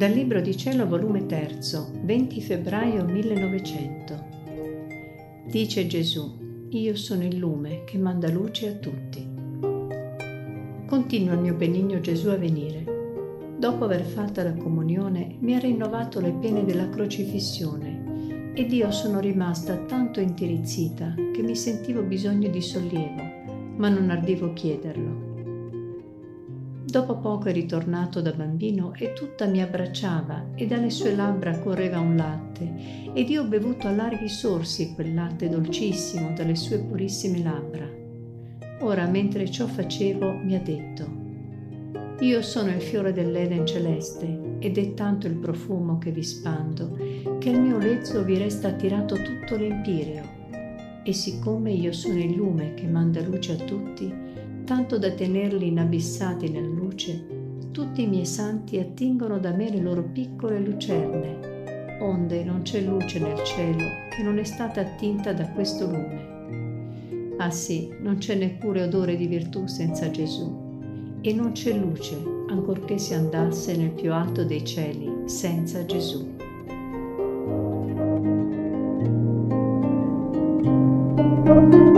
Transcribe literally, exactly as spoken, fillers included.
Dal Libro di Cielo, volume tre, venti febbraio millenovecento. Dice Gesù: io sono il lume che manda luce a tutti. Continua il mio benigno Gesù a venire. Dopo aver fatto la comunione mi ha rinnovato le pene della crocifissione ed io sono rimasta tanto intirizzita che mi sentivo bisogno di sollievo, ma non ardivo chiederlo. Dopo poco è ritornato da bambino e tutta mi abbracciava e dalle sue labbra correva un latte ed io ho bevuto a larghi sorsi quel latte dolcissimo dalle sue purissime labbra. Ora, mentre ciò facevo, mi ha detto: io sono il fiore dell'Eden celeste ed è tanto il profumo che vi spando che al mio lezzo vi resta attirato tutto l'empireo. E siccome io sono il lume che manda luce a tutti, tanto da tenerli inabissati nella luce, tutti i miei santi attingono da me le loro piccole lucerne, onde non c'è luce nel cielo che non è stata attinta da questo lume. Ah sì, non c'è neppure odore di virtù senza Gesù, e non c'è luce, ancorché si andasse nel più alto dei cieli, senza Gesù.